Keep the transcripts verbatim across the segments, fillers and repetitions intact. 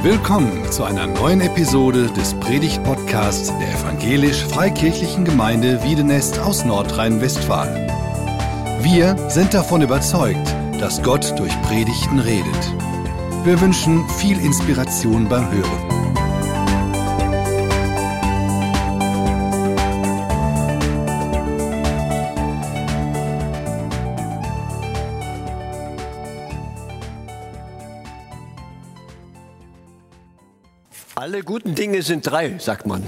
Willkommen zu einer neuen Episode des Predigt-Podcasts der Evangelisch-Freikirchlichen Gemeinde Wiedenest aus Nordrhein-Westfalen. Wir sind davon überzeugt, dass Gott durch Predigten redet. Wir wünschen viel Inspiration beim Hören. Alle guten Dinge sind drei, sagt man.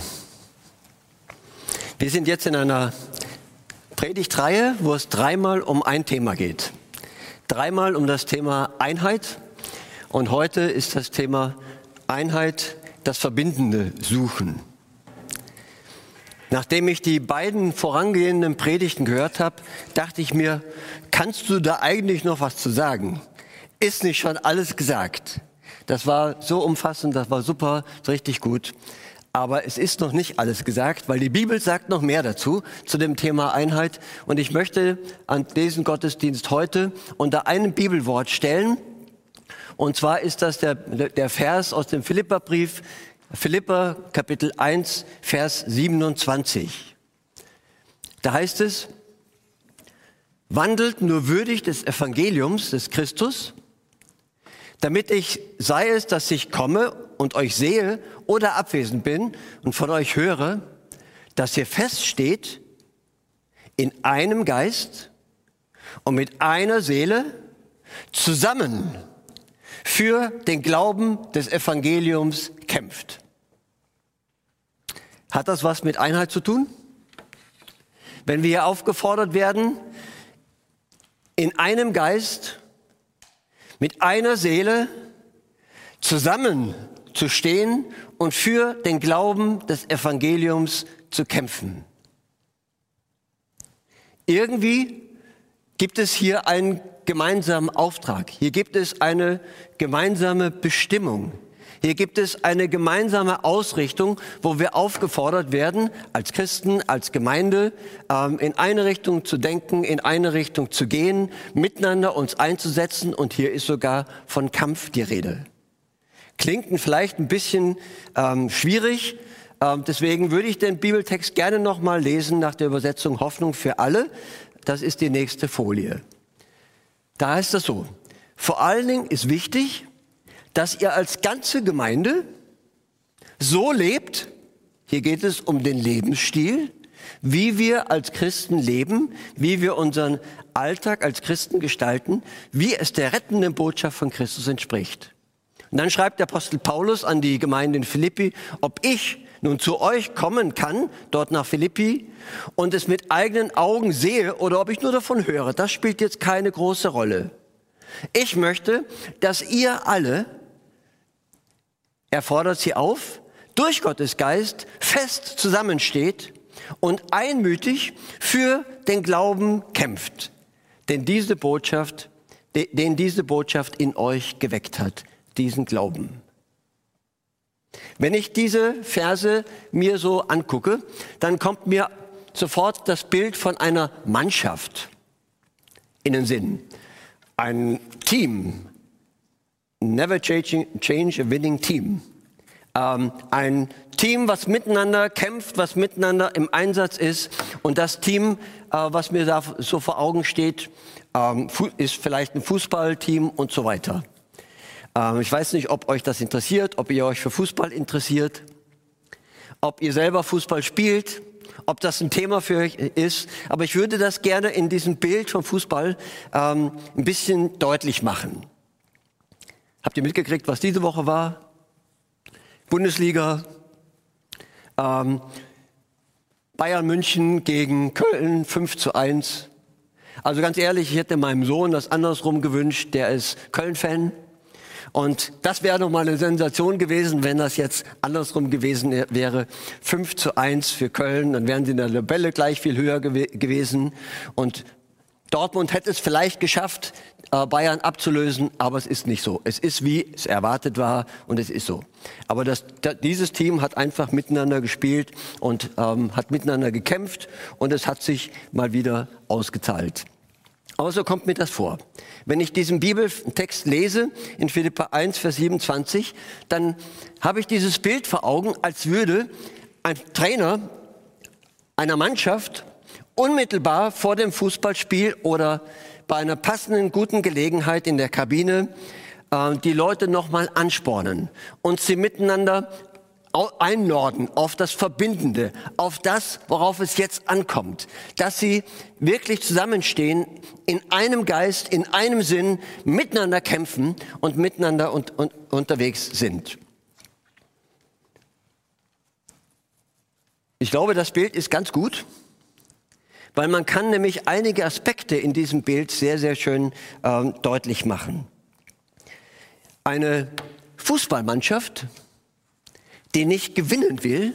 Wir sind jetzt in einer Predigtreihe, wo es dreimal um ein Thema geht. Dreimal um das Thema Einheit. Und heute ist das Thema Einheit, das Verbindende suchen. Nachdem ich die beiden vorangehenden Predigten gehört habe, dachte ich mir, kannst du da eigentlich noch was zu sagen? Ist nicht schon alles gesagt? Das war so umfassend, das war super, richtig gut. Aber es ist noch nicht alles gesagt, weil die Bibel sagt noch mehr dazu, zu dem Thema Einheit. Und ich möchte an diesen Gottesdienst heute unter einem Bibelwort stellen. Und zwar ist das der, der Vers aus dem Philipperbrief, Philipper Kapitel eins, Vers siebenundzwanzig. Da heißt es, wandelt nur würdig des Evangeliums des Christus, damit ich, sei es, dass ich komme und euch sehe oder abwesend bin und von euch höre, dass ihr feststeht in einem Geist und mit einer Seele zusammen für den Glauben des Evangeliums kämpft. Hat das was mit Einheit zu tun? Wenn wir hier aufgefordert werden, in einem Geist mit einer Seele zusammen zu stehen und für den Glauben des Evangeliums zu kämpfen. Irgendwie gibt es hier einen gemeinsamen Auftrag. Hier gibt es eine gemeinsame Bestimmung. Hier gibt es eine gemeinsame Ausrichtung, wo wir aufgefordert werden, als Christen, als Gemeinde, in eine Richtung zu denken, in eine Richtung zu gehen, miteinander uns einzusetzen. Und hier ist sogar von Kampf die Rede. Klingt vielleicht ein bisschen ähm, schwierig. Ähm, deswegen würde ich den Bibeltext gerne nochmal lesen nach der Übersetzung Hoffnung für alle. Das ist die nächste Folie. Da heißt es so, vor allen Dingen ist wichtig, dass ihr als ganze Gemeinde so lebt, hier geht es um den Lebensstil, wie wir als Christen leben, wie wir unseren Alltag als Christen gestalten, wie es der rettenden Botschaft von Christus entspricht. Und dann schreibt der Apostel Paulus an die Gemeinde in Philippi, ob ich nun zu euch kommen kann, dort nach Philippi, und es mit eigenen Augen sehe oder ob ich nur davon höre, das spielt jetzt keine große Rolle. Ich möchte, dass ihr alle, er fordert sie auf, durch Gottes Geist fest zusammensteht und einmütig für den Glauben kämpft, den diese Botschaft, den diese Botschaft in euch geweckt hat, diesen Glauben. Wenn ich diese Verse mir so angucke, dann kommt mir sofort das Bild von einer Mannschaft in den Sinn. Ein Team. Never change, change a winning team. Ähm, ein Team, was miteinander kämpft, was miteinander im Einsatz ist. Und das Team, äh, was mir da so vor Augen steht, ähm, ist vielleicht ein Fußballteam und so weiter. Ähm, ich weiß nicht, ob euch das interessiert, ob ihr euch für Fußball interessiert, ob ihr selber Fußball spielt, ob das ein Thema für euch ist. Aber ich würde das gerne in diesem Bild vom Fußball ähm, ein bisschen deutlich machen. Habt ihr mitgekriegt, was diese Woche war? Bundesliga, ähm, Bayern München gegen Köln, fünf zu eins. Also ganz ehrlich, ich hätte meinem Sohn das andersrum gewünscht, der ist Köln-Fan. Und das wäre noch mal eine Sensation gewesen, wenn das jetzt andersrum gewesen wäre. fünf zu eins für Köln, dann wären sie in der Tabelle gleich viel höher gew- gewesen. Und Dortmund hätte es vielleicht geschafft, Bayern abzulösen, aber es ist nicht so. Es ist, wie es erwartet war, und es ist so. Aber das, dieses Team hat einfach miteinander gespielt und ähm, hat miteinander gekämpft, und es hat sich mal wieder ausgezahlt. Aber so kommt mir das vor. Wenn ich diesen Bibeltext lese, in Philipper eins, Vers siebenundzwanzig, dann habe ich dieses Bild vor Augen, als würde ein Trainer einer Mannschaft unmittelbar vor dem Fußballspiel oder bei einer passenden, guten Gelegenheit in der Kabine äh, die Leute nochmal anspornen und sie miteinander einnorden auf das Verbindende, auf das, worauf es jetzt ankommt. Dass sie wirklich zusammenstehen, in einem Geist, in einem Sinn, miteinander kämpfen und miteinander und, und, unterwegs sind. Ich glaube, das Bild ist ganz gut, weil man kann nämlich einige Aspekte in diesem Bild sehr, sehr schön ähm, deutlich machen. Eine Fußballmannschaft, die nicht gewinnen will,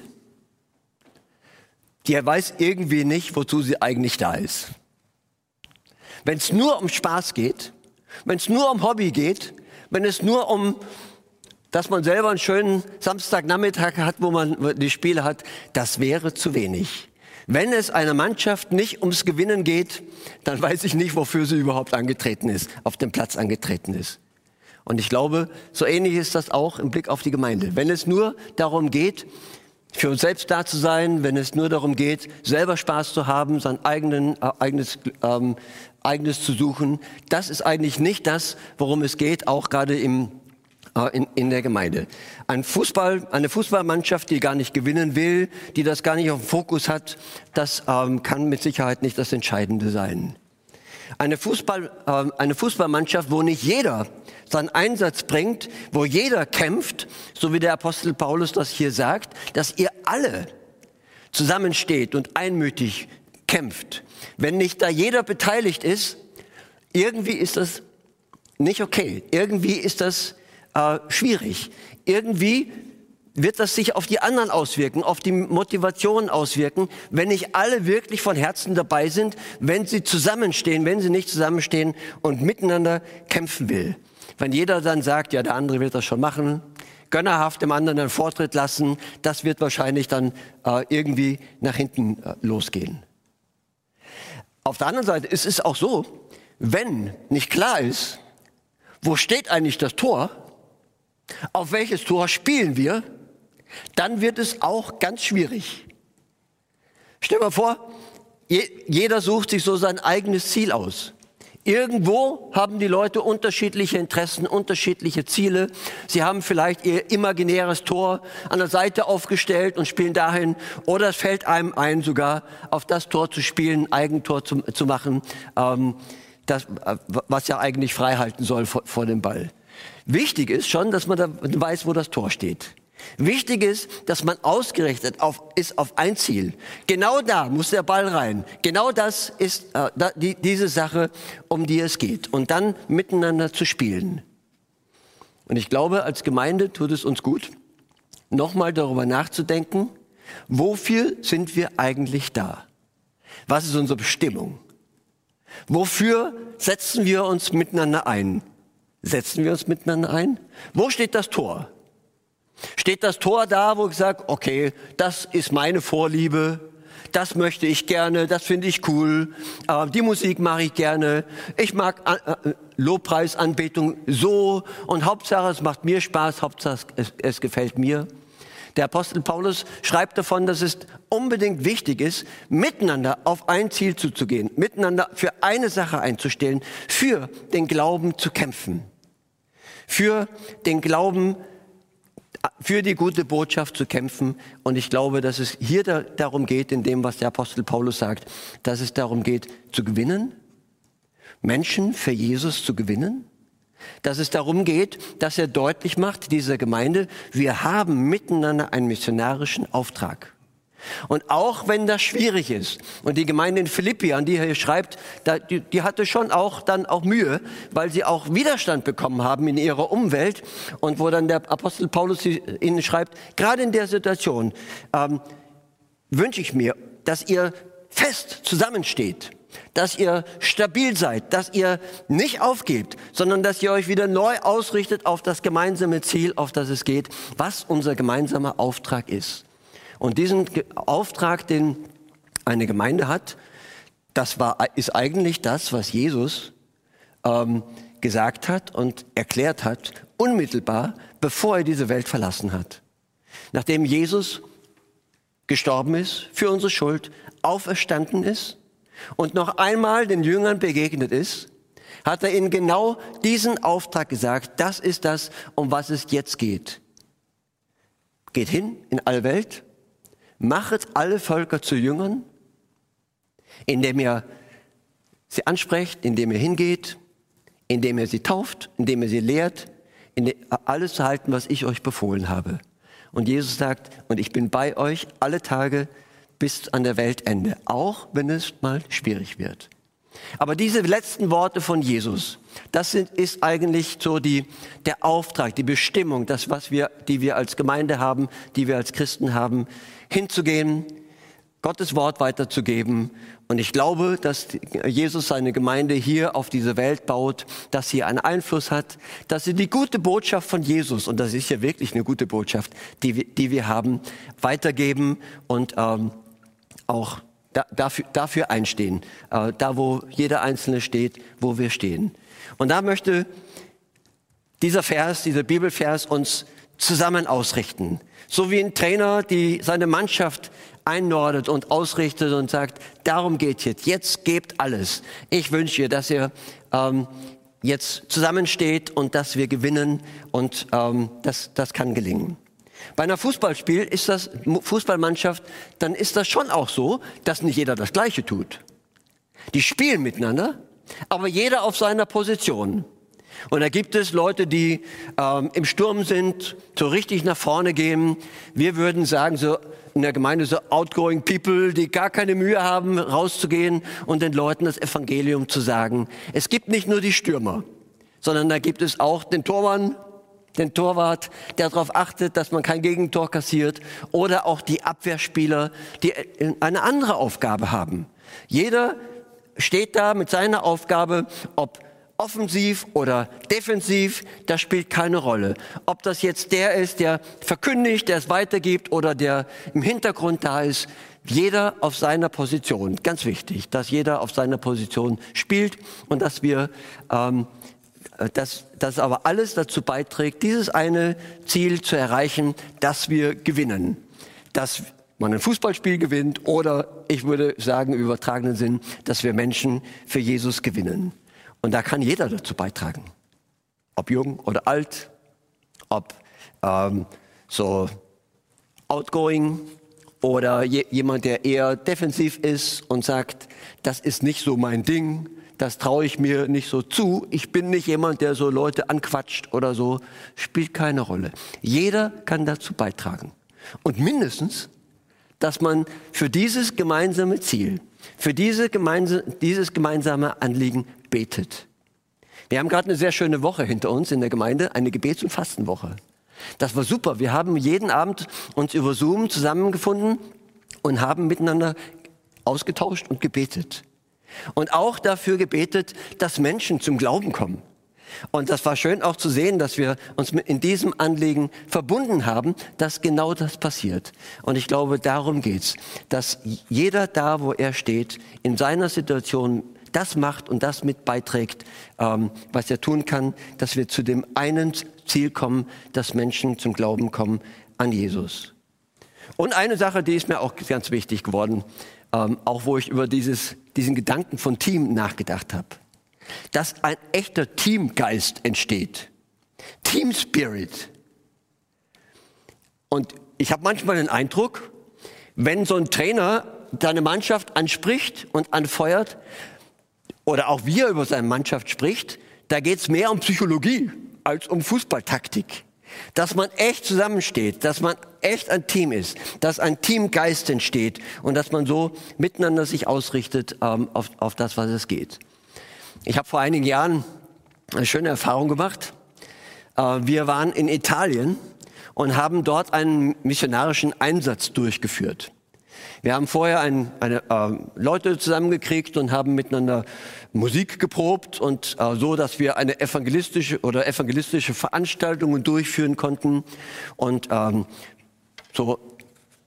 die weiß irgendwie nicht, wozu sie eigentlich da ist. Wenn es nur um Spaß geht, wenn es nur um Hobby geht, wenn es nur um, dass man selber einen schönen Samstagnachmittag hat, wo man die Spiele hat, das wäre zu wenig. Wenn es einer Mannschaft nicht ums Gewinnen geht, dann weiß ich nicht, wofür sie überhaupt angetreten ist, auf dem Platz angetreten ist. Und ich glaube, so ähnlich ist das auch im Blick auf die Gemeinde. Wenn es nur darum geht, für uns selbst da zu sein, wenn es nur darum geht, selber Spaß zu haben, sein eigenen, äh, eigenes, ähm, eigenes zu suchen, das ist eigentlich nicht das, worum es geht, auch gerade im, äh, in, in der Gemeinde. Ein Fußball, eine Fußballmannschaft, die gar nicht gewinnen will, die das gar nicht auf dem Fokus hat, das ähm, kann mit Sicherheit nicht das Entscheidende sein. Eine, Fußball, äh, eine Fußballmannschaft, wo nicht jeder seinen Einsatz bringt, wo jeder kämpft, so wie der Apostel Paulus das hier sagt, dass ihr alle zusammensteht und einmütig kämpft. Wenn nicht da jeder beteiligt ist, irgendwie ist das nicht okay. Irgendwie ist das äh, schwierig. Irgendwie wird das sich auf die anderen auswirken, auf die Motivation auswirken, wenn nicht alle wirklich von Herzen dabei sind, wenn sie zusammenstehen, wenn sie nicht zusammenstehen und miteinander kämpfen will. Wenn jeder dann sagt, ja, der andere wird das schon machen, gönnerhaft dem anderen einen Vortritt lassen, das wird wahrscheinlich dann äh, irgendwie nach hinten äh, losgehen. Auf der anderen Seite ist es auch so, wenn nicht klar ist, wo steht eigentlich das Tor, auf welches Tor spielen wir, dann wird es auch ganz schwierig. Stell dir mal vor, je, jeder sucht sich so sein eigenes Ziel aus. Irgendwo haben die Leute unterschiedliche Interessen, unterschiedliche Ziele. Sie haben vielleicht ihr imaginäres Tor an der Seite aufgestellt und spielen dahin. Oder es fällt einem ein, sogar auf das Tor zu spielen, ein Eigentor zu, zu machen, ähm, das, was ja eigentlich frei halten soll vor, vor dem Ball. Wichtig ist schon, dass man da weiß, wo das Tor steht. Wichtig ist, dass man ausgerichtet auf, ist auf ein Ziel. Genau da muss der Ball rein. Genau das ist äh, da, die, diese Sache, um die es geht. Und dann miteinander zu spielen. Und ich glaube, als Gemeinde tut es uns gut, nochmal darüber nachzudenken, wofür sind wir eigentlich da? Was ist unsere Bestimmung? Wofür setzen wir uns miteinander ein? Setzen wir uns miteinander ein? Wo steht das Tor? Steht das Tor da, wo ich sage, okay, das ist meine Vorliebe, das möchte ich gerne, das finde ich cool, äh, die Musik mache ich gerne, ich mag äh, Lobpreisanbetung so und Hauptsache es macht mir Spaß, Hauptsache es, es gefällt mir. Der Apostel Paulus schreibt davon, dass es unbedingt wichtig ist, miteinander auf ein Ziel zuzugehen, miteinander für eine Sache einzustellen, für den Glauben zu kämpfen, für den Glauben für die gute Botschaft zu kämpfen. Und ich glaube, dass es hier da, darum geht, in dem, was der Apostel Paulus sagt, dass es darum geht, zu gewinnen, Menschen für Jesus zu gewinnen, dass es darum geht, dass er deutlich macht, dieser Gemeinde, wir haben miteinander einen missionarischen Auftrag. Und auch wenn das schwierig ist, und die Gemeinde in Philippi, an die er hier schreibt, da, die, die hatte schon auch dann auch Mühe, weil sie auch Widerstand bekommen haben in ihrer Umwelt, und wo dann der Apostel Paulus ihnen schreibt, gerade in der Situation ähm, wünsche ich mir, dass ihr fest zusammensteht, dass ihr stabil seid, dass ihr nicht aufgebt, sondern dass ihr euch wieder neu ausrichtet auf das gemeinsame Ziel, auf das es geht, was unser gemeinsamer Auftrag ist. Und diesen Auftrag, den eine Gemeinde hat, das war, ist eigentlich das, was Jesus ähm, gesagt hat und erklärt hat, unmittelbar, bevor er diese Welt verlassen hat. Nachdem Jesus gestorben ist für unsere Schuld, auferstanden ist und noch einmal den Jüngern begegnet ist, hat er ihnen genau diesen Auftrag gesagt. Das ist das, um was es jetzt geht. Geht hin in alle Welt, machet alle Völker zu Jüngern, indem ihr sie ansprecht, indem ihr hingeht, indem ihr sie tauft, indem ihr sie lehrt, alles zu halten, was ich euch befohlen habe. Und Jesus sagt, und ich bin bei euch alle Tage bis an der Weltende, auch wenn es mal schwierig wird. Aber diese letzten Worte von Jesus, das sind, ist eigentlich so die, der Auftrag, die Bestimmung, das, was wir, die wir als Gemeinde haben, die wir als Christen haben, hinzugehen, Gottes Wort weiterzugeben. Und ich glaube, dass Jesus seine Gemeinde hier auf diese Welt baut, dass sie einen Einfluss hat, dass sie die gute Botschaft von Jesus, und das ist ja wirklich eine gute Botschaft, die, die wir haben, weitergeben und ähm, auch da, dafür, dafür einstehen, äh, da wo jeder Einzelne steht, wo wir stehen. Und da möchte dieser Vers, dieser Bibelvers uns zusammen ausrichten. So wie ein Trainer, die seine Mannschaft einnordet und ausrichtet und sagt, darum geht's jetzt, jetzt gebt alles. Ich wünsche ihr, dass ihr ähm, jetzt zusammensteht und dass wir gewinnen und ähm, das, das kann gelingen. Bei einer Fußballspiel ist das, Fußballmannschaft, dann ist das schon auch so, dass nicht jeder das Gleiche tut. Die spielen miteinander, aber jeder auf seiner Position. Und da gibt es Leute, die ähm, im Sturm sind, so richtig nach vorne gehen. Wir würden sagen, so in der Gemeinde so outgoing people, die gar keine Mühe haben, rauszugehen und den Leuten das Evangelium zu sagen. Es gibt nicht nur die Stürmer, sondern da gibt es auch den Tormann, den Torwart, der darauf achtet, dass man kein Gegentor kassiert, oder auch die Abwehrspieler, die eine andere Aufgabe haben. Jeder steht da mit seiner Aufgabe, ob offensiv oder defensiv, das spielt keine Rolle. Ob das jetzt der ist, der verkündigt, der es weitergibt, oder der im Hintergrund da ist, jeder auf seiner Position. Ganz wichtig, dass jeder auf seiner Position spielt und dass wir ähm, dass das aber alles dazu beiträgt, dieses eine Ziel zu erreichen, dass wir gewinnen. Dass man ein Fußballspiel gewinnt oder, ich würde sagen im übertragenen Sinn, dass wir Menschen für Jesus gewinnen. Und da kann jeder dazu beitragen. Ob jung oder alt, ob ähm, so outgoing oder je, jemand, der eher defensiv ist und sagt, das ist nicht so mein Ding, das traue ich mir nicht so zu. Ich bin nicht jemand, der so Leute anquatscht oder so. Spielt keine Rolle. Jeder kann dazu beitragen. Und mindestens, dass man für dieses gemeinsame Ziel, für diese gemeinsa- dieses gemeinsame Anliegen betet. Wir haben gerade eine sehr schöne Woche hinter uns in der Gemeinde, eine Gebets- und Fastenwoche. Das war super. Wir haben jeden Abend uns über Zoom zusammengefunden und haben miteinander ausgetauscht und gebetet. Und auch dafür gebetet, dass Menschen zum Glauben kommen. Und das war schön auch zu sehen, dass wir uns in diesem Anliegen verbunden haben, dass genau das passiert. Und ich glaube, darum geht's, dass jeder da, wo er steht, in seiner Situation das macht und das mit beiträgt, ähm, was er tun kann, dass wir zu dem einen Ziel kommen, dass Menschen zum Glauben kommen an Jesus. Und eine Sache, die ist mir auch ganz wichtig geworden, ähm, auch wo ich über dieses, diesen Gedanken von Team nachgedacht habe. Dass ein echter Teamgeist entsteht. Team Spirit. Und ich habe manchmal den Eindruck, wenn so ein Trainer seine Mannschaft anspricht und anfeuert, oder auch wie er über seine Mannschaft spricht, da geht es mehr um Psychologie als um Fußballtaktik. Dass man echt zusammensteht, dass man echt ein Team ist, dass ein Teamgeist entsteht und dass man so miteinander sich ausrichtet ähm, auf, auf das, was es geht. Ich habe vor einigen Jahren eine schöne Erfahrung gemacht. Äh, wir waren in Italien und haben dort einen missionarischen Einsatz durchgeführt. Wir haben vorher ein, eine, äh, Leute zusammengekriegt und haben miteinander Musik geprobt und äh, so, dass wir eine evangelistische oder evangelistische Veranstaltungen durchführen konnten und ähm, so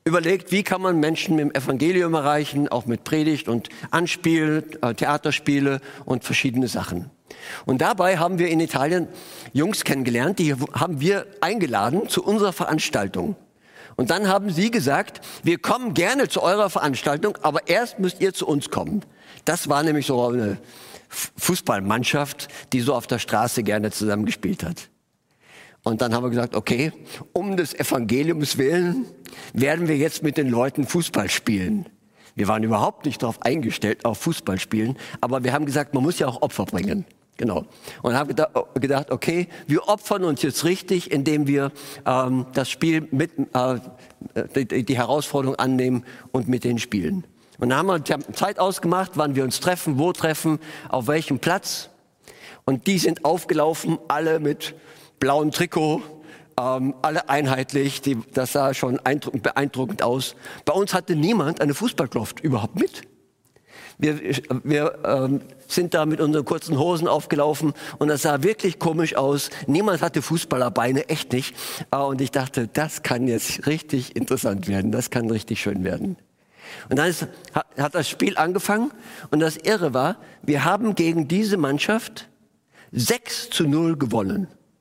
überlegt, wie kann man Menschen mit dem Evangelium erreichen, auch mit Predigt und Anspiel, äh, Theaterspiele und verschiedene Sachen. Und dabei haben wir in Italien Jungs kennengelernt, die haben wir eingeladen zu unserer Veranstaltung. Und dann haben sie gesagt, wir kommen gerne zu eurer Veranstaltung, aber erst müsst ihr zu uns kommen. Das war nämlich so eine Fußballmannschaft, die so auf der Straße gerne zusammengespielt hat. Und dann haben wir gesagt, okay, um des Evangeliums willen werden wir jetzt mit den Leuten Fußball spielen. Wir waren überhaupt nicht darauf eingestellt, auf Fußball spielen, aber wir haben gesagt, man muss ja auch Opfer bringen. Genau. Und haben gedacht, okay, wir opfern uns jetzt richtig, indem wir ähm, das Spiel mit, äh, die, die Herausforderung annehmen und mit denen spielen. Und dann haben wir Zeit ausgemacht, wann wir uns treffen, wo treffen, auf welchem Platz. Und die sind aufgelaufen, alle mit blauem Trikot, ähm, alle einheitlich. Die, das sah schon beeindruckend aus. Bei uns hatte niemand eine Fußballkluft überhaupt mit. Wir, wir ähm, sind da mit unseren kurzen Hosen aufgelaufen und das sah wirklich komisch aus. Niemand hatte Fußballerbeine, echt nicht. Äh, und ich dachte, das kann jetzt richtig interessant werden, das kann richtig schön werden. Und dann ist, hat, hat das Spiel angefangen und das Irre war, wir haben gegen diese Mannschaft sechs zu null gewonnen.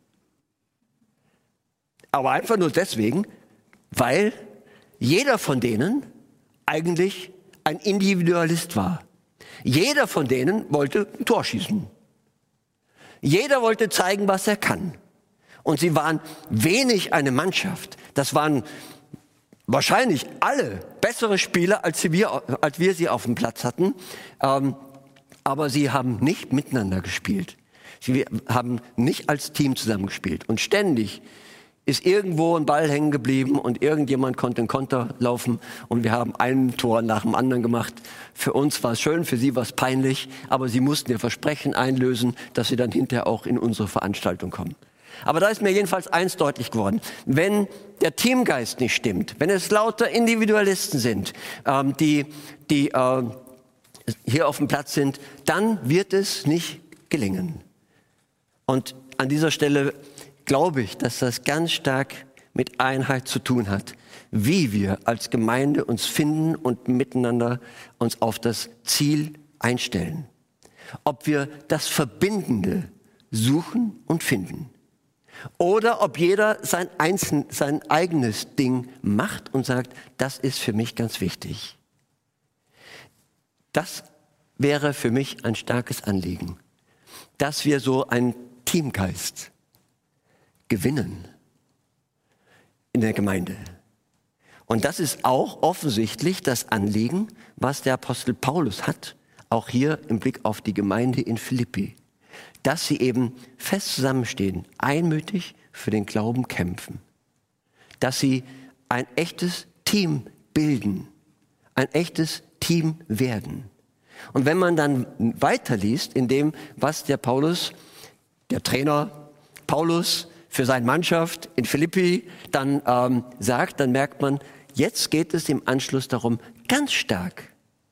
Aber einfach nur deswegen, weil jeder von denen eigentlich ein Individualist war. Jeder von denen wollte ein Tor schießen. Jeder wollte zeigen, was er kann. Und sie waren wenig eine Mannschaft. Das waren wahrscheinlich alle bessere Spieler, als wir, als wir sie auf dem Platz hatten. Ähm, aber sie haben nicht miteinander gespielt. Sie haben nicht als Team zusammengespielt. Und ständig ist irgendwo ein Ball hängen geblieben und irgendjemand konnte einen Konter laufen und wir haben ein Tor nach dem anderen gemacht. Für uns war es schön, für sie war es peinlich, aber sie mussten ihr Versprechen einlösen, dass sie dann hinterher auch in unsere Veranstaltung kommen. Aber da ist mir jedenfalls eins deutlich geworden. Wenn der Teamgeist nicht stimmt, wenn es lauter Individualisten sind, ähm, die, die äh, hier auf dem Platz sind, dann wird es nicht gelingen. Und an dieser Stelle glaube ich, dass das ganz stark mit Einheit zu tun hat, wie wir als Gemeinde uns finden und miteinander uns auf das Ziel einstellen. Ob wir das Verbindende suchen und finden. Oder ob jeder sein, einzeln, sein eigenes Ding macht und sagt, das ist für mich ganz wichtig. Das wäre für mich ein starkes Anliegen, dass wir so einen Teamgeist gewinnen in der Gemeinde. Und das ist auch offensichtlich das Anliegen, was der Apostel Paulus hat, auch hier im Blick auf die Gemeinde in Philippi, dass sie eben fest zusammenstehen, einmütig für den Glauben kämpfen, dass sie ein echtes Team bilden, ein echtes Team werden. Und wenn man dann weiterliest in dem, was der Paulus, der Trainer Paulus, für seine Mannschaft in Philippi dann ähm, sagt, dann merkt man, jetzt geht es im Anschluss darum, ganz stark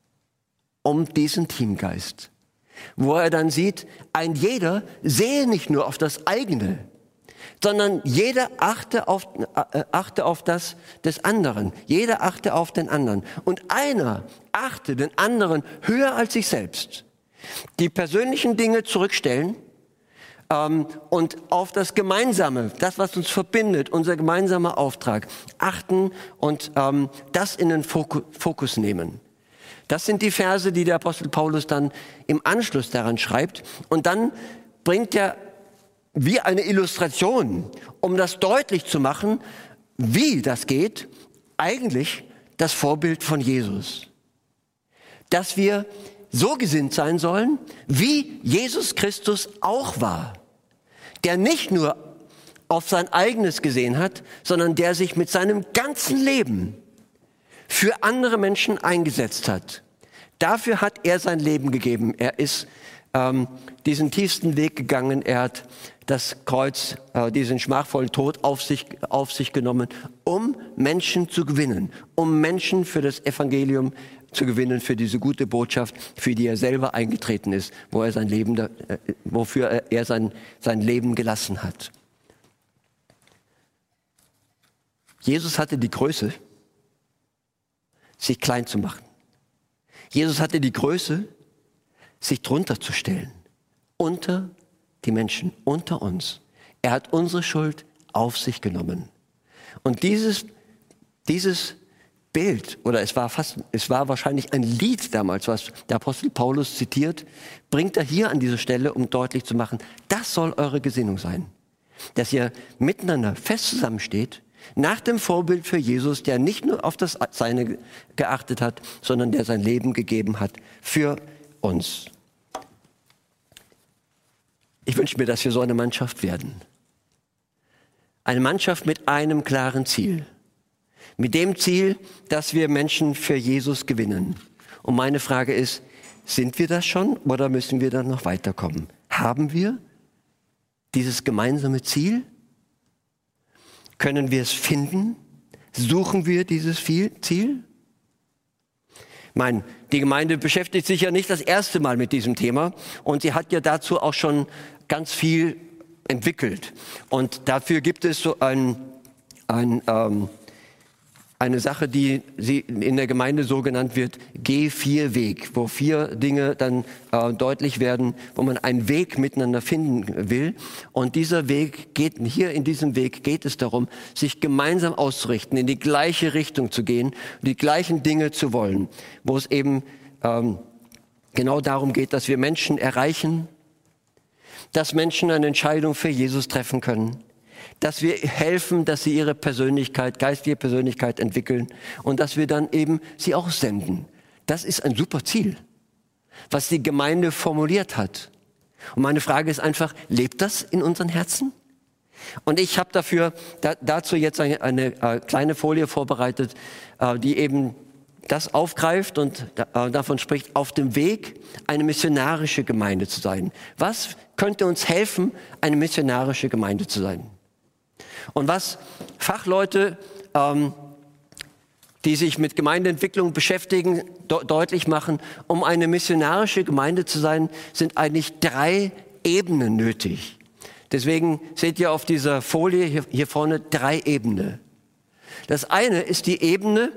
um diesen Teamgeist. Wo er dann sieht, ein jeder sehe nicht nur auf das eigene, sondern jeder achte auf, äh, achte auf das des anderen. Jeder achte auf den anderen. Und einer achte den anderen höher als sich selbst. Die persönlichen Dinge zurückstellen, Ähm, und auf das Gemeinsame, das, was uns verbindet, unser gemeinsamer Auftrag, achten und ähm, das in den Fokus, Fokus nehmen. Das sind die Verse, die der Apostel Paulus dann im Anschluss daran schreibt. Und dann bringt er wie eine Illustration, um das deutlich zu machen, wie das geht, eigentlich das Vorbild von Jesus. Dass wir so gesinnt sein sollen, wie Jesus Christus auch war, der nicht nur auf sein eigenes gesehen hat, sondern der sich mit seinem ganzen Leben für andere Menschen eingesetzt hat. Dafür hat er sein Leben gegeben. Er ist ähm, diesen tiefsten Weg gegangen. Er hat das Kreuz, äh, diesen schmachvollen Tod auf sich, auf sich genommen, um Menschen zu gewinnen, um Menschen für das Evangelium zu gewinnen, für diese gute Botschaft, für die er selber eingetreten ist, wo er sein Leben, äh, wofür er sein, sein Leben gelassen hat. Jesus hatte die Größe, sich klein zu machen. Jesus hatte die Größe, sich drunter zu stellen, unter die Menschen, unter uns. Er hat unsere Schuld auf sich genommen. Und dieses, dieses Bild, oder es war fast, es war wahrscheinlich ein Lied damals, was der Apostel Paulus zitiert, bringt er hier an diese Stelle, um deutlich zu machen, das soll eure Gesinnung sein. Dass ihr miteinander fest zusammensteht, nach dem Vorbild für Jesus, der nicht nur auf das Seine geachtet hat, sondern der sein Leben gegeben hat für uns. Ich wünsche mir, dass wir so eine Mannschaft werden. Eine Mannschaft mit einem klaren Ziel. Mit dem Ziel, dass wir Menschen für Jesus gewinnen. Und meine Frage ist, sind wir das schon oder müssen wir dann noch weiterkommen? Haben wir dieses gemeinsame Ziel? Können wir es finden? Suchen wir dieses Ziel? Ich meine, die Gemeinde beschäftigt sich ja nicht das erste Mal mit diesem Thema und sie hat ja dazu auch schon ganz viel entwickelt. Und dafür gibt es so ein, ein, ähm, eine Sache, die sie in der Gemeinde so genannt wird, G vier Weg, wo vier Dinge dann äh, deutlich werden, wo man einen Weg miteinander finden will. Und dieser Weg geht, hier in diesem Weg geht es darum, sich gemeinsam auszurichten, in die gleiche Richtung zu gehen, die gleichen Dinge zu wollen, wo es eben ähm, genau darum geht, dass wir Menschen erreichen, dass Menschen eine Entscheidung für Jesus treffen können, dass wir helfen, dass sie ihre Persönlichkeit, geistige Persönlichkeit entwickeln und dass wir dann eben sie auch senden. Das ist ein super Ziel, was die Gemeinde formuliert hat. Und meine Frage ist einfach, lebt das in unseren Herzen? Und ich habe dafür da, dazu jetzt eine, eine äh, kleine Folie vorbereitet, äh, die eben das aufgreift und äh, davon spricht, auf dem Weg, eine missionarische Gemeinde zu sein. Was könnte uns helfen, eine missionarische Gemeinde zu sein? Und was Fachleute, ähm, die sich mit Gemeindeentwicklung beschäftigen, de- deutlich machen, um eine missionarische Gemeinde zu sein, sind eigentlich drei Ebenen nötig. Deswegen seht ihr auf dieser Folie hier, hier vorne drei Ebenen. Das eine ist die Ebene,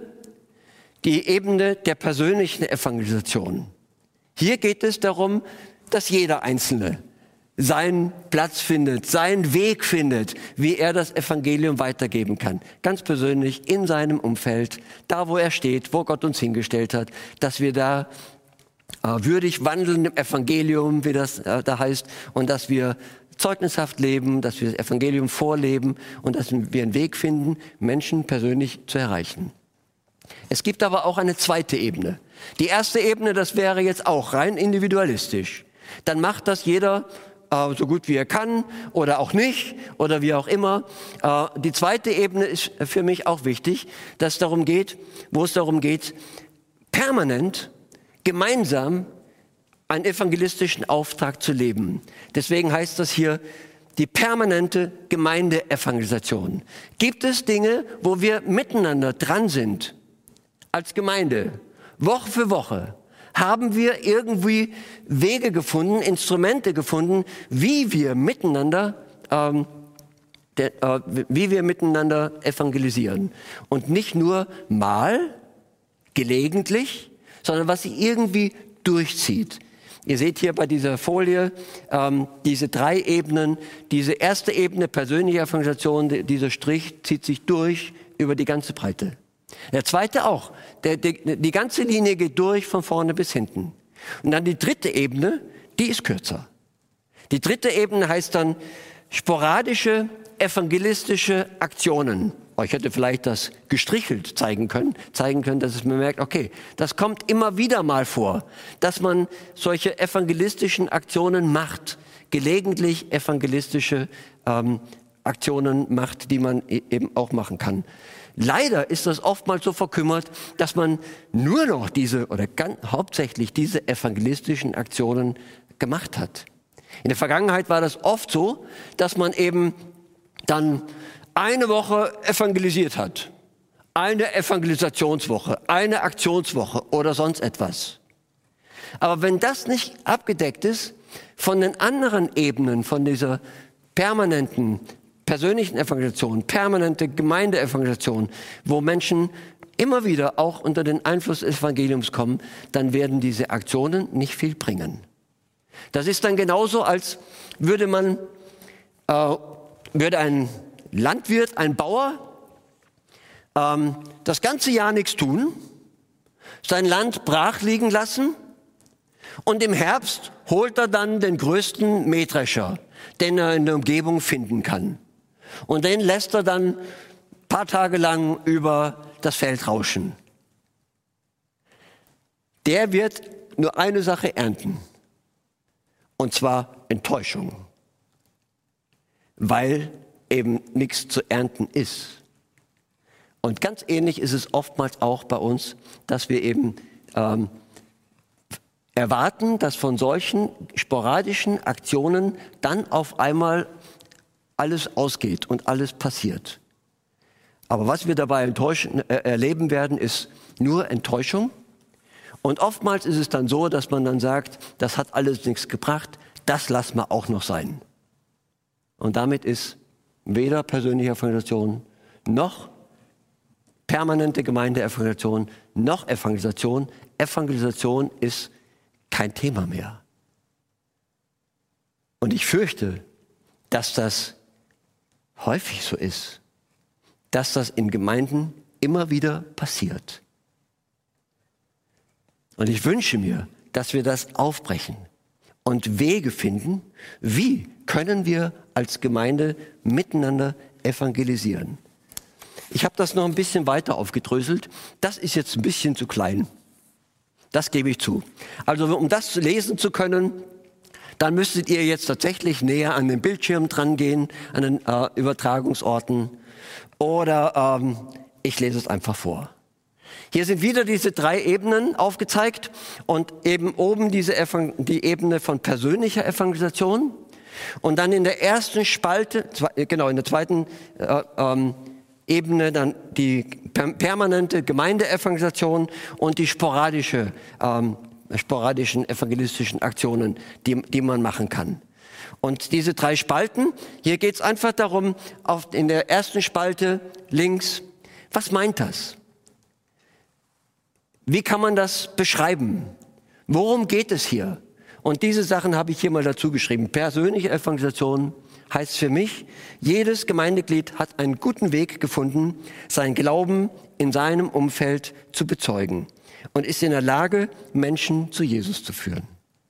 die Ebene der persönlichen Evangelisation. Hier geht es darum, dass jeder Einzelne seinen Platz findet, seinen Weg findet, wie er das Evangelium weitergeben kann. Ganz persönlich, in seinem Umfeld, da wo er steht, wo Gott uns hingestellt hat, dass wir da äh, würdig wandeln im Evangelium, wie das äh, da heißt, und dass wir zeugnishaft leben, dass wir das Evangelium vorleben und dass wir einen Weg finden, Menschen persönlich zu erreichen. Es gibt aber auch eine zweite Ebene. Die erste Ebene, das wäre jetzt auch rein individualistisch. Dann macht das jeder äh, so gut wie er kann oder auch nicht oder wie auch immer. Äh, die zweite Ebene ist für mich auch wichtig, dass es darum geht, wo es darum geht, permanent, gemeinsam einen evangelistischen Auftrag zu leben. Deswegen heißt das hier, die permanente Gemeindeevangelisation. Gibt es Dinge, wo wir miteinander dran sind? Als Gemeinde, Woche für Woche, haben wir irgendwie Wege gefunden, Instrumente gefunden, wie wir miteinander, ähm, de, äh, wie wir miteinander evangelisieren. Und nicht nur mal, gelegentlich, sondern was sich irgendwie durchzieht. Ihr seht hier bei dieser Folie ähm, diese drei Ebenen. Diese erste Ebene, persönliche Evangelisation, die, dieser Strich zieht sich durch über die ganze Breite. Der zweite auch. Der, der, die ganze Linie geht durch von vorne bis hinten. Und dann die dritte Ebene, die ist kürzer. Die dritte Ebene heißt dann sporadische evangelistische Aktionen. Ich hätte vielleicht das gestrichelt zeigen können, zeigen können, dass es mir merkt, okay, das kommt immer wieder mal vor, dass man solche evangelistischen Aktionen macht, gelegentlich evangelistische ähm, Aktionen macht, die man eben auch machen kann. Leider ist das oftmals so verkümmert, dass man nur noch diese oder ganz, hauptsächlich diese evangelistischen Aktionen gemacht hat. In der Vergangenheit war das oft so, dass man eben dann eine Woche evangelisiert hat, eine Evangelisationswoche, eine Aktionswoche oder sonst etwas. Aber wenn das nicht abgedeckt ist von den anderen Ebenen, von dieser permanenten persönlichen Evangelisation, permanente Gemeindeevangelisation, wo Menschen immer wieder auch unter den Einfluss des Evangeliums kommen, dann werden diese Aktionen nicht viel bringen. Das ist dann genauso, als würde man, äh, würde ein Landwirt, ein Bauer, ähm, das ganze Jahr nichts tun, sein Land brach liegen lassen und im Herbst holt er dann den größten Mähdrescher, den er in der Umgebung finden kann. Und den lässt er dann ein paar Tage lang über das Feld rauschen. Der wird nur eine Sache ernten. Und zwar Enttäuschung. Weil eben nichts zu ernten ist. Und ganz ähnlich ist es oftmals auch bei uns, dass wir eben ähm, erwarten, dass von solchen sporadischen Aktionen dann auf einmal alles ausgeht und alles passiert. Aber was wir dabei enttäuschen, äh, erleben werden, ist nur Enttäuschung. Und oftmals ist es dann so, dass man dann sagt, das hat alles nichts gebracht, das lassen wir auch noch sein. Und damit ist weder persönliche Evangelisation noch permanente Gemeindeevangelisation noch Evangelisation. Evangelisation ist kein Thema mehr. Und ich fürchte, dass das häufig so ist, dass das in Gemeinden immer wieder passiert. Und ich wünsche mir, dass wir das aufbrechen und Wege finden, wie können wir als Gemeinde miteinander evangelisieren. Ich habe das noch ein bisschen weiter aufgedröselt. Das ist jetzt ein bisschen zu klein. Das gebe ich zu. Also um das lesen zu können, dann müsstet ihr jetzt tatsächlich näher an den Bildschirm dran gehen, an den äh, Übertragungsorten. Oder ähm, ich lese es einfach vor. Hier sind wieder diese drei Ebenen aufgezeigt und eben oben diese Evang- die Ebene von persönlicher Evangelisation. Und dann in der ersten Spalte, zwei, genau in der zweiten äh, ähm, Ebene dann die per- permanente Gemeindeevangelisation und die sporadische, ähm, sporadischen evangelistischen Aktionen, die, die man machen kann. Und diese drei Spalten, hier geht es einfach darum, auf, in der ersten Spalte links, was meint das? Wie kann man das beschreiben? Worum geht es hier? Und diese Sachen habe ich hier mal dazu geschrieben. Persönliche Evangelisation heißt für mich, jedes Gemeindeglied hat einen guten Weg gefunden, seinen Glauben in seinem Umfeld zu bezeugen und ist in der Lage, Menschen zu Jesus zu führen.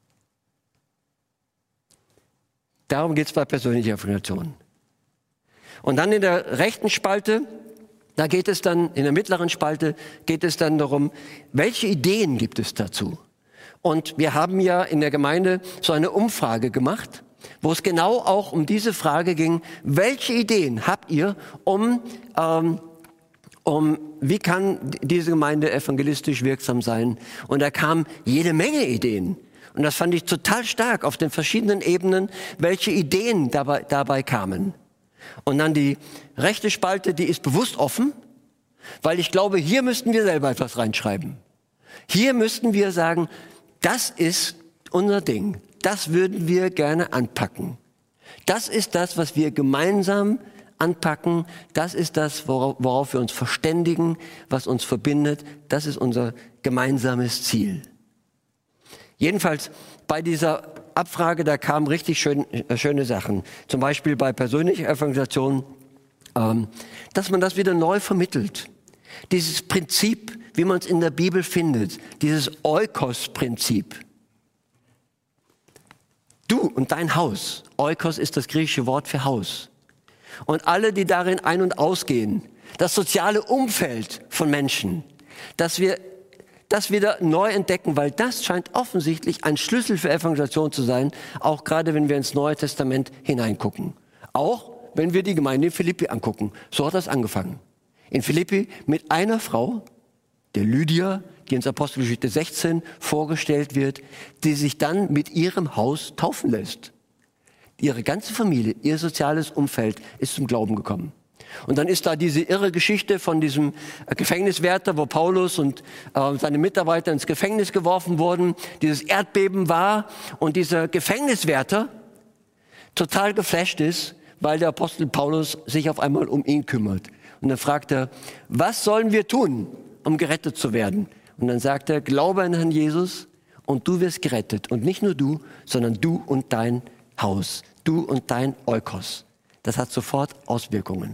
Darum geht es bei persönlicher Evangelisation. Und dann in der rechten Spalte, da geht es dann, in der mittleren Spalte, geht es dann darum, welche Ideen gibt es dazu? Und wir haben ja in der Gemeinde so eine Umfrage gemacht, wo es genau auch um diese Frage ging, welche Ideen habt ihr, um, ähm, um wie kann diese Gemeinde evangelistisch wirksam sein? Und da kamen jede Menge Ideen. Und das fand ich total stark auf den verschiedenen Ebenen, welche Ideen dabei, dabei kamen. Und dann die rechte Spalte, die ist bewusst offen, weil ich glaube, hier müssten wir selber etwas reinschreiben. Hier müssten wir sagen, das ist unser Ding. Das würden wir gerne anpacken. Das ist das, was wir gemeinsam anpacken. Das ist das, worauf, worauf wir uns verständigen, was uns verbindet. Das ist unser gemeinsames Ziel. Jedenfalls bei dieser Abfrage, da kamen richtig schön, äh, schöne Sachen. Zum Beispiel bei persönlicher Evangelisation, ähm, dass man das wieder neu vermittelt. Dieses Prinzip, wie man es in der Bibel findet, dieses Oikos-Prinzip. Du und dein Haus. Oikos ist das griechische Wort für Haus. Und alle, die darin ein- und ausgehen. Das soziale Umfeld von Menschen. Dass wir das wieder neu entdecken, weil das scheint offensichtlich ein Schlüssel für Evangelisation zu sein, auch gerade wenn wir ins Neue Testament hineingucken. Auch wenn wir die Gemeinde in Philippi angucken. So hat das angefangen. In Philippi mit einer Frau, der Lydia, die in Apostelgeschichte sechzehn vorgestellt wird, die sich dann mit ihrem Haus taufen lässt. Ihre ganze Familie, ihr soziales Umfeld ist zum Glauben gekommen. Und dann ist da diese irre Geschichte von diesem Gefängniswärter, wo Paulus und äh, seine Mitarbeiter ins Gefängnis geworfen wurden. Dieses Erdbeben war und dieser Gefängniswärter total geflasht ist, weil der Apostel Paulus sich auf einmal um ihn kümmert. Und dann fragt er, was sollen wir tun, um gerettet zu werden. Und dann sagt er, glaube an Herrn Jesus und du wirst gerettet. Und nicht nur du, sondern du und dein Haus, du und dein Oikos. Das hat sofort Auswirkungen.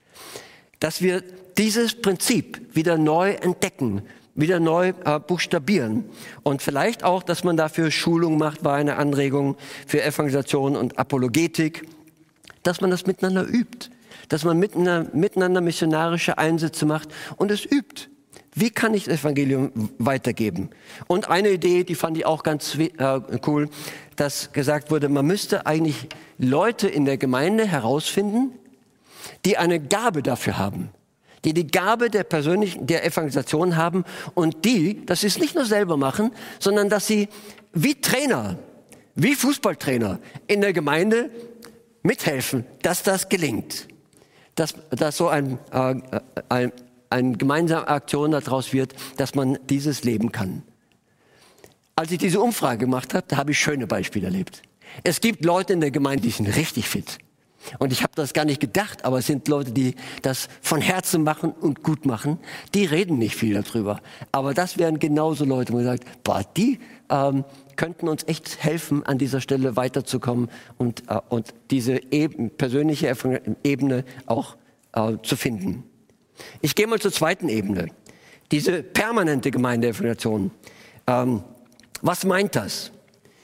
Dass wir dieses Prinzip wieder neu entdecken, wieder neu äh, buchstabieren. Und vielleicht auch, dass man dafür Schulung macht, war eine Anregung für Evangelisation und Apologetik, dass man das miteinander übt, dass man miteinander, miteinander missionarische Einsätze macht und es übt. Wie kann ich das Evangelium weitergeben? Und eine Idee, die fand ich auch ganz äh, cool, dass gesagt wurde, man müsste eigentlich Leute in der Gemeinde herausfinden, die eine Gabe dafür haben, die die Gabe der persönlichen, der Evangelisation haben und die, dass sie es nicht nur selber machen, sondern dass sie wie Trainer, wie Fußballtrainer in der Gemeinde mithelfen, dass das gelingt. Dass, dass so ein, äh, ein, eine gemeinsame Aktion daraus wird, dass man dieses leben kann. Als ich diese Umfrage gemacht habe, da habe ich schöne Beispiele erlebt. Es gibt Leute in der Gemeinde, die sind richtig fit. Und ich habe das gar nicht gedacht, aber es sind Leute, die das von Herzen machen und gut machen. Die reden nicht viel darüber. Aber das wären genauso Leute, wo man sagt, boah, die ähm, könnten uns echt helfen, an dieser Stelle weiterzukommen und, äh, und diese eben, persönliche Ebene auch äh, zu finden. Ich gehe mal zur zweiten Ebene. Diese permanente Gemeindeevangelisation. Ähm, was meint das?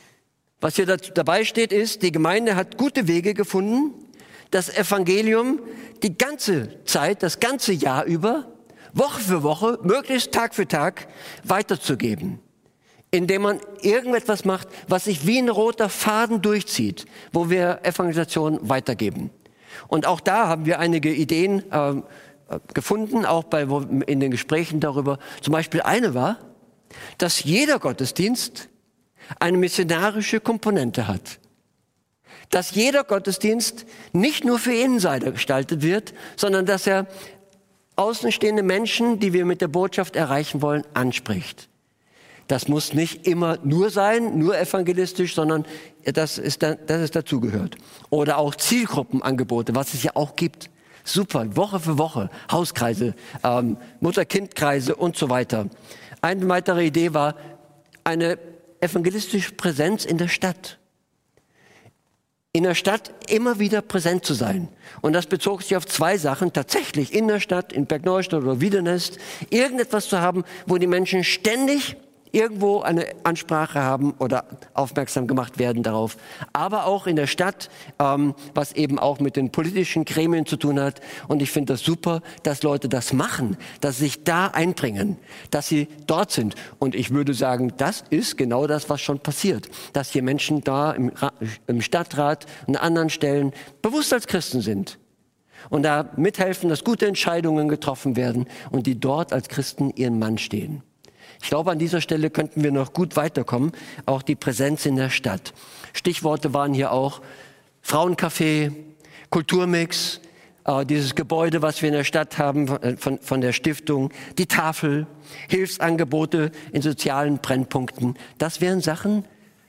Was hier dazu, dabei steht, ist, die Gemeinde hat gute Wege gefunden, das Evangelium die ganze Zeit, das ganze Jahr über, Woche für Woche, möglichst Tag für Tag weiterzugeben. Indem man irgendetwas macht, was sich wie ein roter Faden durchzieht, wo wir Evangelisation weitergeben. Und auch da haben wir einige Ideen äh, gefunden, auch bei, wo, in den Gesprächen darüber. Zum Beispiel eine war, dass jeder Gottesdienst eine missionarische Komponente hat. Dass jeder Gottesdienst nicht nur für Insider gestaltet wird, sondern dass er außenstehende Menschen, die wir mit der Botschaft erreichen wollen, anspricht. Das muss nicht immer nur sein, nur evangelistisch, sondern das ist, da, das ist dazugehört. Oder auch Zielgruppenangebote, was es ja auch gibt. Super, Woche für Woche, Hauskreise, ähm, Mutter-Kind-Kreise und so weiter. Eine weitere Idee war eine evangelistische Präsenz in der Stadt. In der Stadt immer wieder präsent zu sein. Und das bezog sich auf zwei Sachen. Tatsächlich in der Stadt, in Bergneustadt oder Wiedernest, irgendetwas zu haben, wo die Menschen ständig irgendwo eine Ansprache haben oder aufmerksam gemacht werden darauf. Aber auch in der Stadt, ähm, was eben auch mit den politischen Gremien zu tun hat. Und ich finde das super, dass Leute das machen, dass sie sich da einbringen, dass sie dort sind. Und ich würde sagen, das ist genau das, was schon passiert. Dass hier Menschen da im, Ra- im Stadtrat und an anderen Stellen bewusst als Christen sind. Und da mithelfen, dass gute Entscheidungen getroffen werden und die dort als Christen ihren Mann stehen. Ich glaube, an dieser Stelle könnten wir noch gut weiterkommen, auch die Präsenz in der Stadt. Stichworte waren hier auch Frauencafé, Kulturmix, äh, dieses Gebäude, was wir in der Stadt haben, von, von der Stiftung, die Tafel, Hilfsangebote in sozialen Brennpunkten. Das wären Sachen,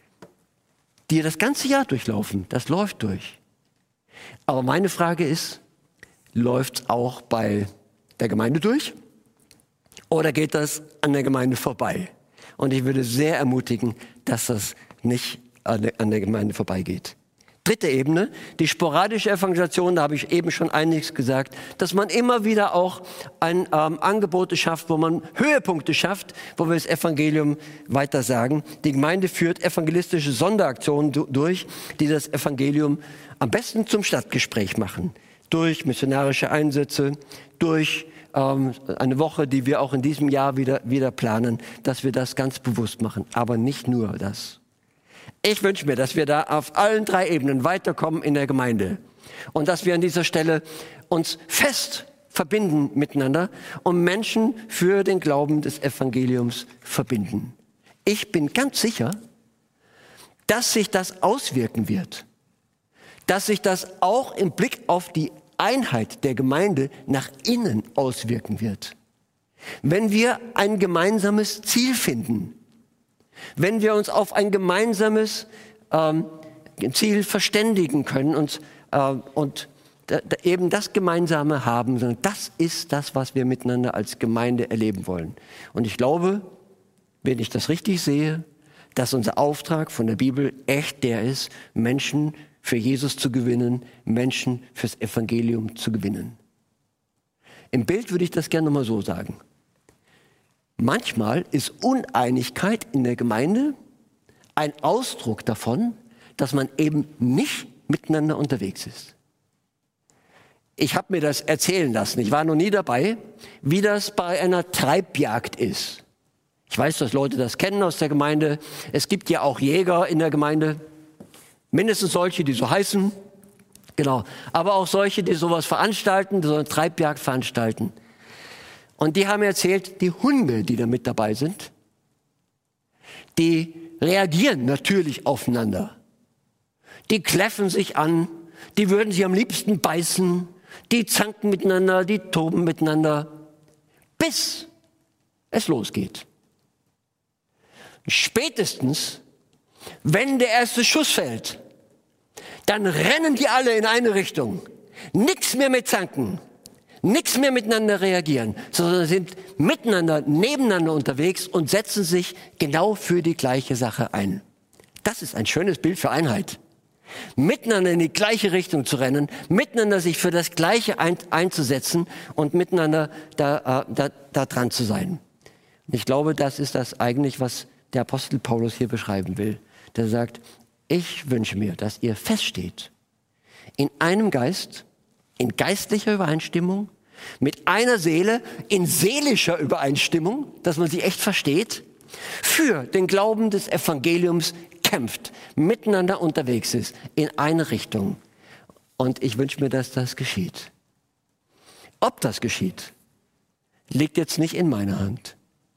die das ganze Jahr durchlaufen. Das läuft durch. Aber meine Frage ist, läuft es auch bei der Gemeinde durch? Oder geht das an der Gemeinde vorbei? Und ich würde sehr ermutigen, dass das nicht an der, an der Gemeinde vorbeigeht. Dritte Ebene, die sporadische Evangelisation, da habe ich eben schon einiges gesagt, dass man immer wieder auch ein ähm, Angebote schafft, wo man Höhepunkte schafft, wo wir das Evangelium weitersagen. Die Gemeinde führt evangelistische Sonderaktionen du- durch, die das Evangelium am besten zum Stadtgespräch machen. Durch missionarische Einsätze, durch eine Woche, die wir auch in diesem Jahr wieder, wieder planen, dass wir das ganz bewusst machen. Aber nicht nur das. Ich wünsche mir, dass wir da auf allen drei Ebenen weiterkommen in der Gemeinde. Und dass wir an dieser Stelle uns fest verbinden miteinander und Menschen für den Glauben des Evangeliums verbinden. Ich bin ganz sicher, dass sich das auswirken wird. Dass sich das auch im Blick auf die Einheit der Gemeinde nach innen auswirken wird. Wenn wir ein gemeinsames Ziel finden, wenn wir uns auf ein gemeinsames ähm, Ziel verständigen können und, äh, und da, da eben das Gemeinsame haben, sondern das ist das, was wir miteinander als Gemeinde erleben wollen. Und ich glaube, wenn ich das richtig sehe, dass unser Auftrag von der Bibel echt der ist, Menschen für Jesus zu gewinnen, Menschen fürs Evangelium zu gewinnen. Im Bild würde ich das gerne mal so sagen. Manchmal ist Uneinigkeit in der Gemeinde ein Ausdruck davon, dass man eben nicht miteinander unterwegs ist. Ich habe mir das erzählen lassen, ich war noch nie dabei, wie das bei einer Treibjagd ist. Ich weiß, dass Leute das kennen aus der Gemeinde. Es gibt ja auch Jäger in der Gemeinde, mindestens solche, die so heißen, genau, aber auch solche, die sowas veranstalten, so eine Treibjagd veranstalten. Und die haben erzählt, die Hunde, die da mit dabei sind, die reagieren natürlich aufeinander. Die kläffen sich an, die würden sich am liebsten beißen, die zanken miteinander, die toben miteinander, bis es losgeht. Spätestens, wenn der erste Schuss fällt, dann rennen die alle in eine Richtung. Nichts mehr mit zanken. Nichts mehr miteinander reagieren, sondern sind miteinander, nebeneinander unterwegs und setzen sich genau für die gleiche Sache ein. Das ist ein schönes Bild für Einheit. Miteinander in die gleiche Richtung zu rennen, miteinander sich für das Gleiche ein, einzusetzen und miteinander da, äh, da, da dran zu sein. Und ich glaube, das ist das eigentlich, was der Apostel Paulus hier beschreiben will. Der sagt, ich wünsche mir, dass ihr feststeht in einem Geist, in geistlicher Übereinstimmung, mit einer Seele, in seelischer Übereinstimmung, dass man sie echt versteht, für den Glauben des Evangeliums kämpft, miteinander unterwegs ist, in eine Richtung. Und ich wünsche mir, dass das geschieht. Ob das geschieht, liegt jetzt nicht in meiner Hand.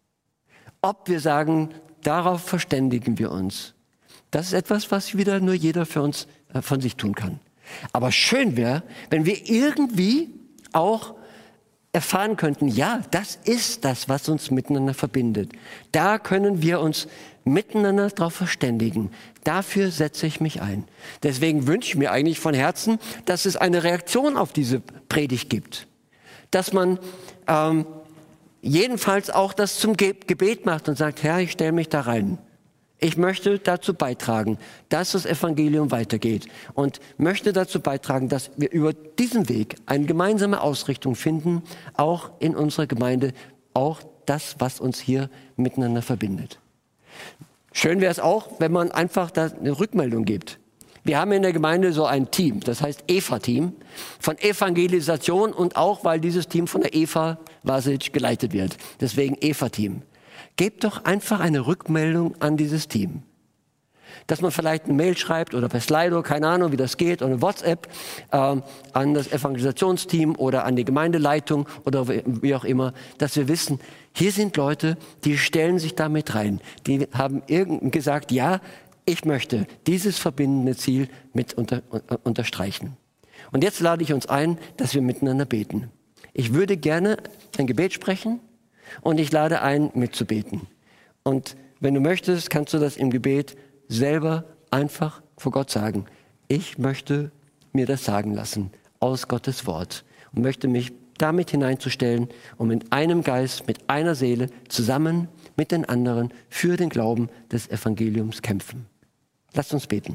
Ob wir sagen, darauf verständigen wir uns, das ist etwas, was wieder nur jeder für uns äh, von sich tun kann. Aber schön wäre, wenn wir irgendwie auch erfahren könnten, ja, das ist das, was uns miteinander verbindet. Da können wir uns miteinander darauf verständigen. Dafür setze ich mich ein. Deswegen wünsche ich mir eigentlich von Herzen, dass es eine Reaktion auf diese Predigt gibt. Dass man ähm, jedenfalls auch das zum Ge- Gebet macht und sagt, Herr, ich stelle mich da rein. Ich möchte dazu beitragen, dass das Evangelium weitergeht und möchte dazu beitragen, dass wir über diesen Weg eine gemeinsame Ausrichtung finden, auch in unserer Gemeinde, auch das, was uns hier miteinander verbindet. Schön wäre es auch, wenn man einfach da eine Rückmeldung gibt. Wir haben in der Gemeinde so ein Team, das heißt E V A-Team, von Evangelisation und auch, weil dieses Team von der Eva Vasic geleitet wird. Deswegen E V A-Team. Gebt doch einfach eine Rückmeldung an dieses Team. Dass man vielleicht eine Mail schreibt oder per Slido, keine Ahnung, wie das geht, oder WhatsApp äh, an das Evangelisationsteam oder an die Gemeindeleitung oder wie auch immer, dass wir wissen, hier sind Leute, die stellen sich damit rein. Die haben irgend gesagt, ja, ich möchte dieses verbindende Ziel mit unter, unterstreichen. Und jetzt lade ich uns ein, dass wir miteinander beten. Ich würde gerne ein Gebet sprechen. Und ich lade ein, mitzubeten. Und wenn du möchtest, kannst du das im Gebet selber einfach vor Gott sagen. Ich möchte mir das sagen lassen aus Gottes Wort und möchte mich damit hineinzustellen, um in einem Geist, mit einer Seele zusammen mit den anderen für den Glauben des Evangeliums kämpfen. Lasst uns beten.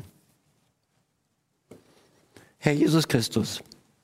Herr Jesus Christus,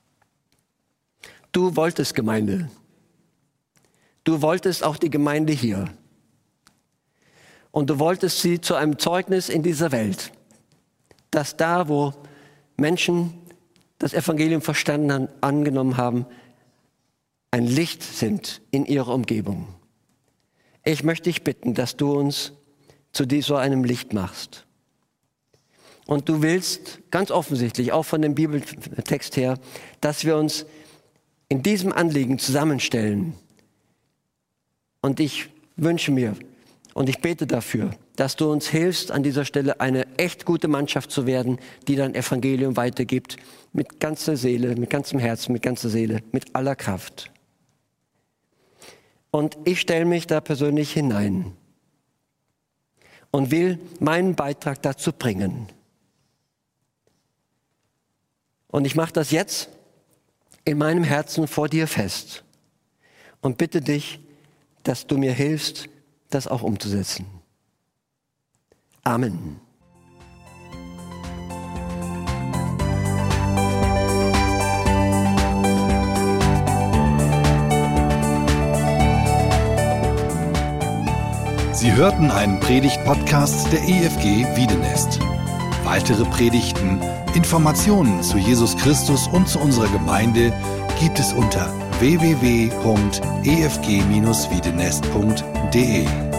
du wolltest Gemeinde. Du wolltest auch die Gemeinde hier. Und du wolltest sie zu einem Zeugnis in dieser Welt, dass da, wo Menschen das Evangelium verstanden haben, angenommen haben, ein Licht sind in ihrer Umgebung. Ich möchte dich bitten, dass du uns zu so einem Licht machst. Und du willst ganz offensichtlich, auch von dem Bibeltext her, dass wir uns in diesem Anliegen zusammenstellen. Und ich wünsche mir und ich bete dafür, dass du uns hilfst, an dieser Stelle eine echt gute Mannschaft zu werden, die dein Evangelium weitergibt, mit ganzer Seele, mit ganzem Herzen, mit ganzer Seele, mit aller Kraft. Und ich stelle mich da persönlich hinein und will meinen Beitrag dazu bringen. Und ich mache das jetzt in meinem Herzen vor dir fest und bitte dich, dass du mir hilfst, das auch umzusetzen. Amen. Sie hörten einen Predigt-Podcast der E F G Wiedenest. Weitere Predigten, Informationen zu Jesus Christus und zu unserer Gemeinde gibt es unter w w w punkt e f g dash wiedenest punkt d e.